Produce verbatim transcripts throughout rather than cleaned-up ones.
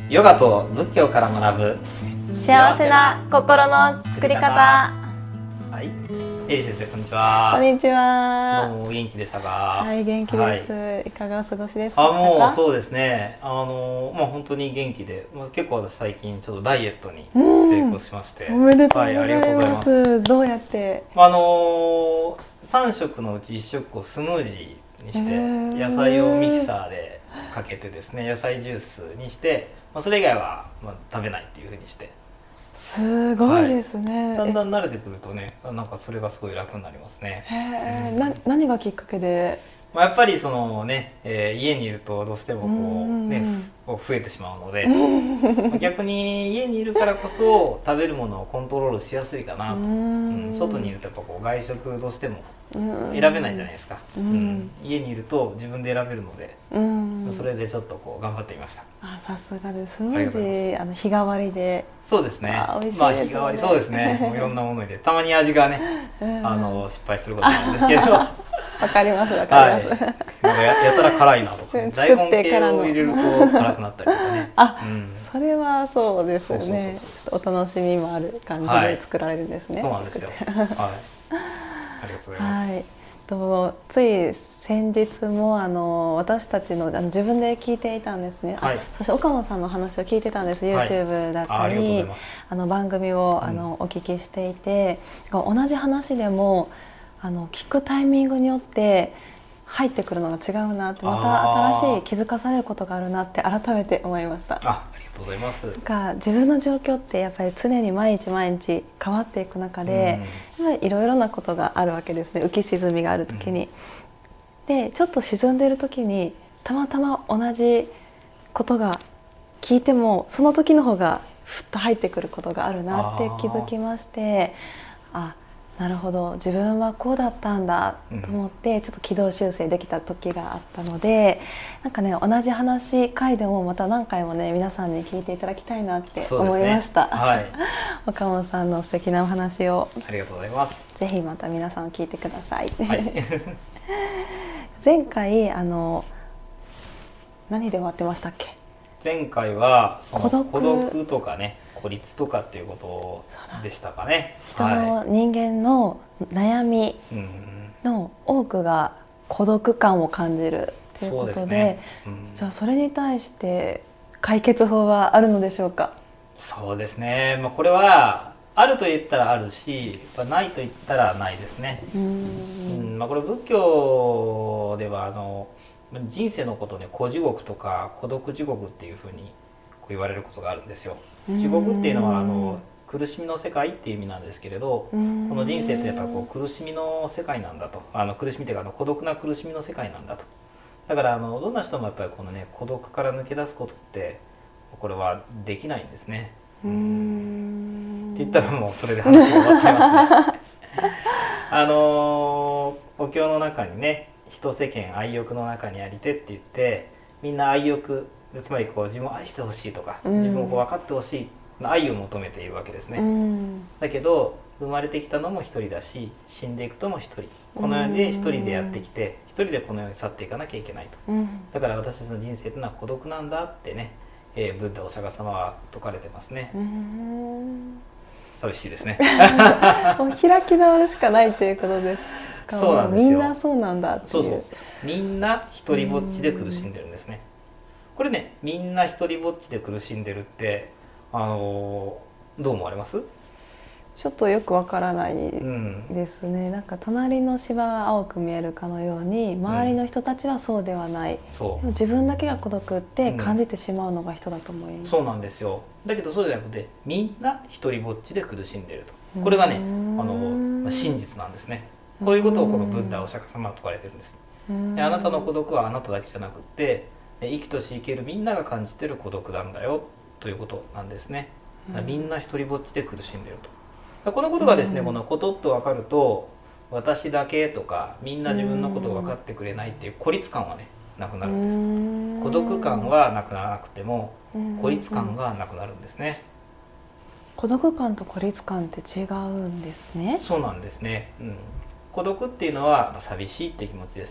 ヨガと仏教から学ぶ幸せな心の作り方。 はい、エリ先生こんにちは。 こんにちは。 どうもお元気でしたか？ はい、元気です、はい、いかがお過ごしですか？ あ、もうそうですね。あのまあ本当に元気で、まあ、結構私最近ちょっとダイエットに成功しまして、 おめでとうございます。はい、 ありがとうございます。どうやって？ あのさん食のうちいっ食をスムージーにして野菜をミキサーでかけてですね、野菜ジュースにして、まあ、それ以外はまあ食べないっていう風にして。 すごいですね、 はい、だんだん慣れてくるとね、なんかそれがすごい楽になりますね。 へー、うん、な何がきっかけで？ まあ、やっぱりそのね、えー、家にいるとどうしてもこうね、こう増えてしまうので逆に家にいるからこそ食べるものをコントロールしやすいかなと。うん、外にいるとやっぱこう外食どうしても選べないじゃないですか。うん、家にいると自分で選べるので、それでちょっとこう頑張ってみました。 あ、さすがです。スムージー、あの日替わりで。 そうですね。 あ、美味しいですね。 まあ日替わり、そうですね。もういろんなもの入れて、たまに味がね、あの失敗することなんですけど。 わかります、わかります。はい、 なんか や, やたら辛いなとか、ね、大根系を入れると辛くなったりとかね。 あ、うん、それはそうですよね。お楽しみもある感じで作られるんですね。 はい、そうなんですよ。はい。ありがとうございます。はい、 とつい先日もあの私たちのあの自分で聞いていたんですね。はい、そして岡野さんの話を聞いてたんです。はい、YouTube だったり あ, あの番組をあの、うん、お聞きしていて、同じ話でもあの聞くタイミングによって入ってくるのが違うなって、また新しい気づかされることがあるなって改めて思いました。 あ, ありがとうございます。 なんか自分の状況ってやっぱり常に毎日毎日変わっていく中で、いろいろなことがあるわけですね。浮き沈みがある時に、うん、でちょっと沈んでいる時にたまたま同じことが聞いてもその時の方がふっと入ってくることがあるなって気づきまして、あ、なるほど、自分はこうだったんだと思って、うん、ちょっと軌道修正できた時があったので、なんかね、同じ話回でもまた何回もね皆さんに聞いていただきたいなって思いました。ね、はい、岡本さんの素敵なお話をありがとうございます。 ぜひまた皆さん聞いてください。はい、前回あの何で終わってましたっけ？ 前回はその孤独、孤独とかね、孤立とかっていうことでしたかね。 人の人間の悩みの多くが孤独感を感じるということで、ね、うん、じゃあそれに対して解決法はあるのでしょうか？ そうですね、まあ、これはあると言ったらあるし、ないと言ったらないですね。うん、うん、まあ、これ仏教ではあの人生のことをね、孤地獄とか孤独地獄っていうふうにこう言われることがあるんですよ。地獄っていうのはあの苦しみの世界っていう意味なんですけれど、この人生ってやっぱりこう苦しみの世界なんだと、あの苦しみっていうかあの孤独な苦しみの世界なんだと。だからあのどんな人もやっぱりこのね、孤独から抜け出すことってこれはできないんですね。うーんって言ったらもうそれで話が終わっちゃいますね。あのお経の中にね、人世間愛欲の中にありてって言って、みんな愛欲、つまりこう自分を愛してほしいとか、自分をこう分かってほしい、愛を求めているわけですね。だけど生まれてきたのも一人だし、死んでいくとも一人、この世で一人でやってきて一人でこの世に去っていかなきゃいけないと。だから私たちの人生というのは孤独なんだってね、えー、ブッダお釈迦様は説かれてますね。寂しいですね。 もう開き直るしかないということですか？ そうなんですよ。 みんなそうなんだっていう。 そうそう、みんな一人ぼっちで苦しんでるんですね。これね、みんな一人ぼっちで苦しんでるってあのー、どう思われます？ ちょっとよくわからないですね。うん、なんか隣の芝は青く見えるかのように周りの人たちはそうではない、うん、そうでも自分だけが孤独って感じてしまうのが人だと思います。うん、 そうなんですよ。だけどそうじゃなくて、みんな一人ぼっちで苦しんでいると。これがね、あの真実なんですね。こういうことをこのブッダお釈迦様は説かれてるんです。で、あなたの孤独はあなただけじゃなくて、生きとし生けるみんなが感じている孤独なんだよということなんですね。みんな一人ぼっちで苦しんでいると。このことがですね、このことっと分かると、私だけとかみんな自分のことを分かってくれないっていう孤立感はね、なくなるんです。孤独感はなくならなくても孤立感がなくなるんですね。 孤独感と孤立感って違うんですね。 そうなんですね。うん、孤独っていうのは寂しいっていう気持ちですね。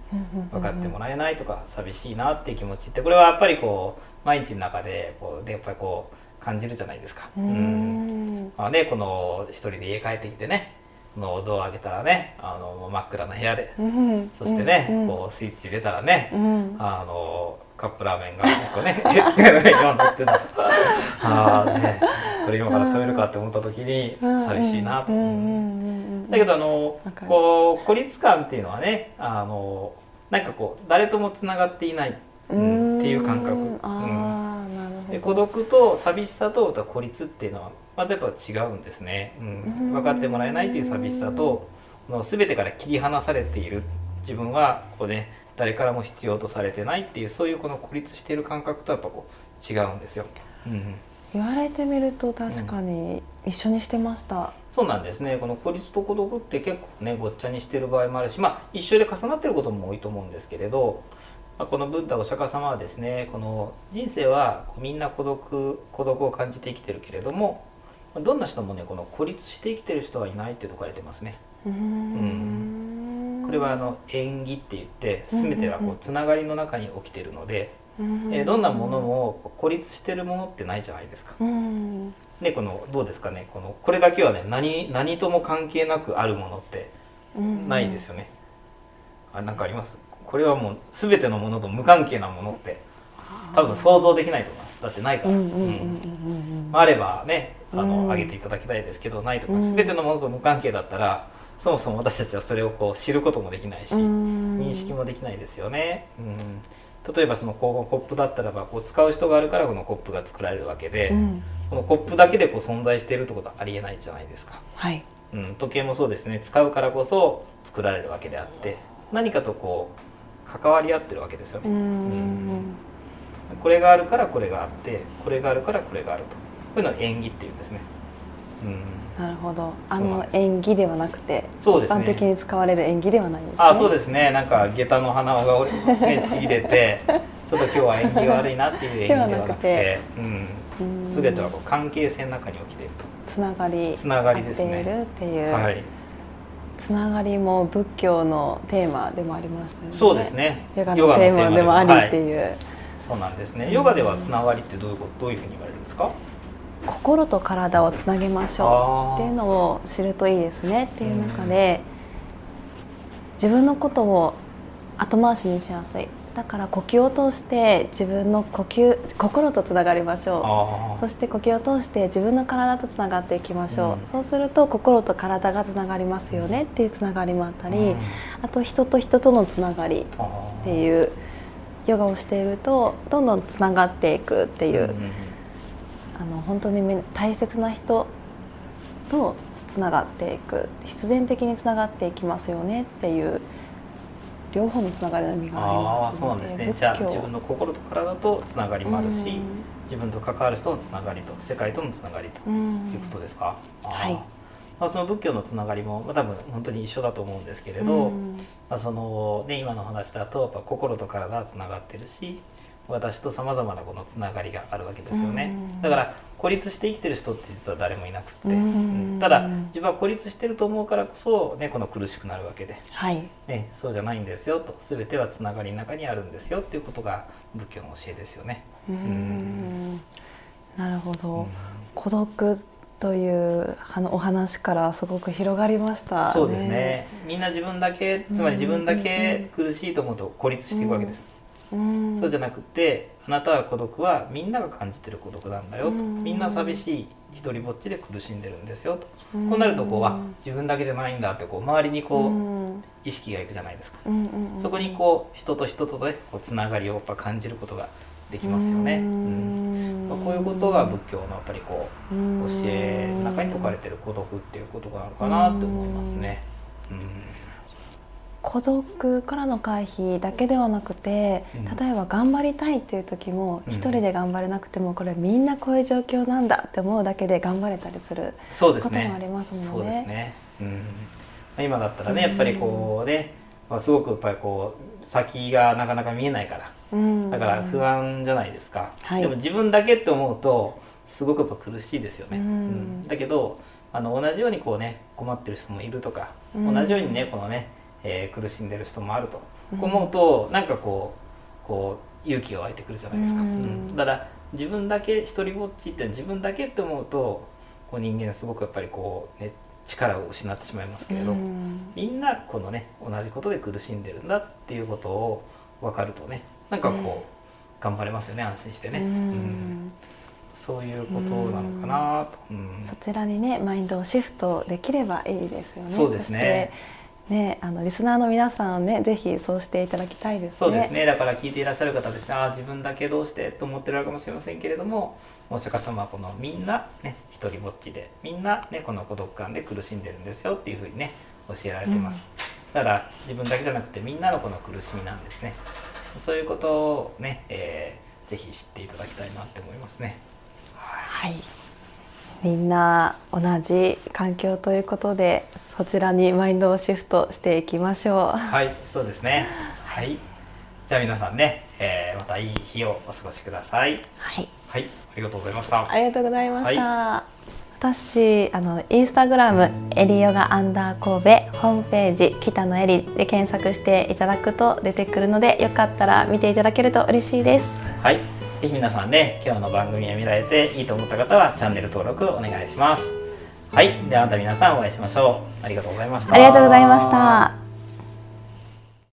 分かってもらえないとか寂しいなっていう気持ちって、これはやっぱりこう毎日の中でこうでやっぱりこう感じるじゃないですか。うん、まあね、この一人で家帰ってきてね、このドア開けたらね、あの真っ暗な部屋で、うん、そしてね、うん、こうスイッチ入れたらね、うん、あのカップラーメンがこうね使えないようになってたああね、これ今から食べるかって思った時に寂しいなと。だけどあのこう孤立感っていうのはね、あのなんかこう誰ともつながっていない、うん、っていう感覚。で孤独と寂しさと孤立っていうのはまたやっぱ違うんですね。うん、分かってもらえないっていう寂しさと、もう全てから切り離されている自分はこうね、誰からも必要とされてないっていう、そういうこの孤立している感覚とやっぱこう違うんですよ。うん、 言われてみると確かに一緒にしてました。うん、 そうなんですね。この孤立と孤独って結構ねごっちゃにしてる場合もあるし、まあ一緒で重なってることも多いと思うんですけれど、まあ、このブッダお釈迦様はですね、この人生はみんな孤独孤独を感じて生きてるけれども、どんな人もねこの孤立して生きてる人はいないって説かれてますね。うん、これはあの縁起って言って全てはこうつながりの中に起きてるので、えー、どんなものも孤立してるものってないじゃないですか。でこのどうですかね、このこれだけはね 何, 何とも関係なくあるものってないですよね。あ、なんかあります？これはもう全てのものと無関係なものって多分想像できないと思います。だってないから。あればね、あの挙げていただきたいですけど、ないとか、全てのものと無関係だったらそもそも私たちはそれをこう知ることもできないし、認識もできないですよね。うん、例えばそのコップだったらばこう使う人があるからこのコップが作られるわけで、うん、このコップだけでこう存在しているってことはありえないじゃないですか。はい、うん、時計もそうですね。使うからこそ作られるわけであって、何かとこう関わり合ってるわけですよね。うん、これがあるからこれがあって、これがあるからこれがあると、こういうのを縁起っていうんですね。うん、 なるほど。あの縁起ではなくて、そうですね、一般的に使われる縁起ではないんですね。 あ、そうですね。なんか下駄の鼻緒が、ね、ちぎれてちょっと今日は縁起悪いなっていう縁起ではなくて、うん、全てはこう関係性の中に起きていると、 つながりつながりですね。 合っているっていう、はい、つながりも仏教のテーマでもありましたよね。 そうですね。 ヨガのテーマでもありっていう、はい、 そうなんですね。ヨガではつながりってどういうこと、どういうふうに言われるんですか？ 心と体をつなげましょうっていうのを知るといいですねっていう中で、自分のことを後回しにしやすい。だから呼吸を通して自分の呼吸心とつながりましょう。そして呼吸を通して自分の体とつながっていきましょう、うん、そうすると心と体がつながりますよねっていうつながりもあったり、うん、あと人と人とのつながりっていうヨガをしているとどんどんつながっていくっていう、うん、あの本当に大切な人とつながっていく、必然的につながっていきますよねっていう両方のつながりの意味がありますので。 あ、そうなんですね。じゃあ自分の心と体とつながりもあるし、自分と関わる人のつながりと世界とのつながりということですか？はい。まあ、その仏教のつながりも、まあ、多分本当に一緒だと思うんですけれど、まあそのね、今の話だとやっぱ心と体はつながってるし、私とさまざまなこのつながりがあるわけですよね。だから孤立して生きてる人って実は誰もいなくて、うん、ただ自分は孤立してると思うからこそ、ね、この苦しくなるわけで、はいね、そうじゃないんですよと、全てはつながりの中にあるんですよっていうことが仏教の教えですよね。うん、 なるほど、うん、孤独というお話からすごく広がりましたね。 そうですね。みんな自分だけ、つまり自分だけ苦しいと思うと孤立していくわけです。うん、そうじゃなくて、あなたは孤独はみんなが感じてる孤独なんだよと、みんな寂しい一人ぼっちで苦しんでるんですよと、こうなるとこうは自分だけじゃないんだってこう周りにこう意識がいくじゃないですか。そこにこう人と人とでこうつながりをやっぱ感じることができますよね。うん、まあ、こういうことが仏教のやっぱりこう教えの中に説かれてる孤独っていうことなのかなって思いますね。うん、 孤独からの回避だけではなくて、例えば頑張りたいっていう時も一人で頑張れなくても、これみんなこういう状況なんだって思うだけで頑張れたりすることもありますもんね。 そうですね。うん、今だったらね、やっぱりこうね、まあ、すごくやっぱりこう先がなかなか見えないから、うん、だから不安じゃないですか。はい、でも自分だけって思うとすごくやっぱ苦しいですよね。うんうん、だけどあの同じようにこうね困ってる人もいるとか、うん、同じようにねこのねえー、苦しんでる人もあると、 こう思うとなんかこうこう勇気が湧いてくるじゃないですか。うん、だから自分だけ一人ぼっちって自分だけって思うとこう人間すごくやっぱりこう、ね、力を失ってしまいますけれど、みんなこのね同じことで苦しんでるんだっていうことを分かるとねなんかこう頑張れますよね、安心してね。うん、そういうことなのかなと、うん、 そちらにねマインドをシフトできればいいですよね。 そうですね。 ね、あのリスナーの皆さんね、ぜひそうしていただきたいですね。 そうですね。だから聞いていらっしゃる方ですね、あ自分だけどうしてと思ってるかもしれませんけれども、お釈迦様はこのみんなね一人ぼっちでみんなねこの孤独感で苦しんでるんですよっていうふうにね教えられてます。うん、だから自分だけじゃなくてみんなのこの苦しみなんですね。そういうことをね、えー、ぜひ知っていただきたいなって思いますね。 はい。はい、みんな同じ環境ということでそちらにマインドをシフトしていきましょう。 はい、そうですね。はい。じゃあ皆さんね、えー、またいい日をお過ごしください。 はい。 はい、ありがとうございました。 ありがとうございました。 はい、 私あのインスタグラムエリヨガアンダー神戸ホームページ北野エリで検索していただくと出てくるので、よかったら見ていただけると嬉しいです。 はい。ぜひ皆さんね、今日の番組を見られていいと思った方はチャンネル登録お願いします。はい、ではまた皆さんお会いしましょう。ありがとうございました。 ありがとうございました。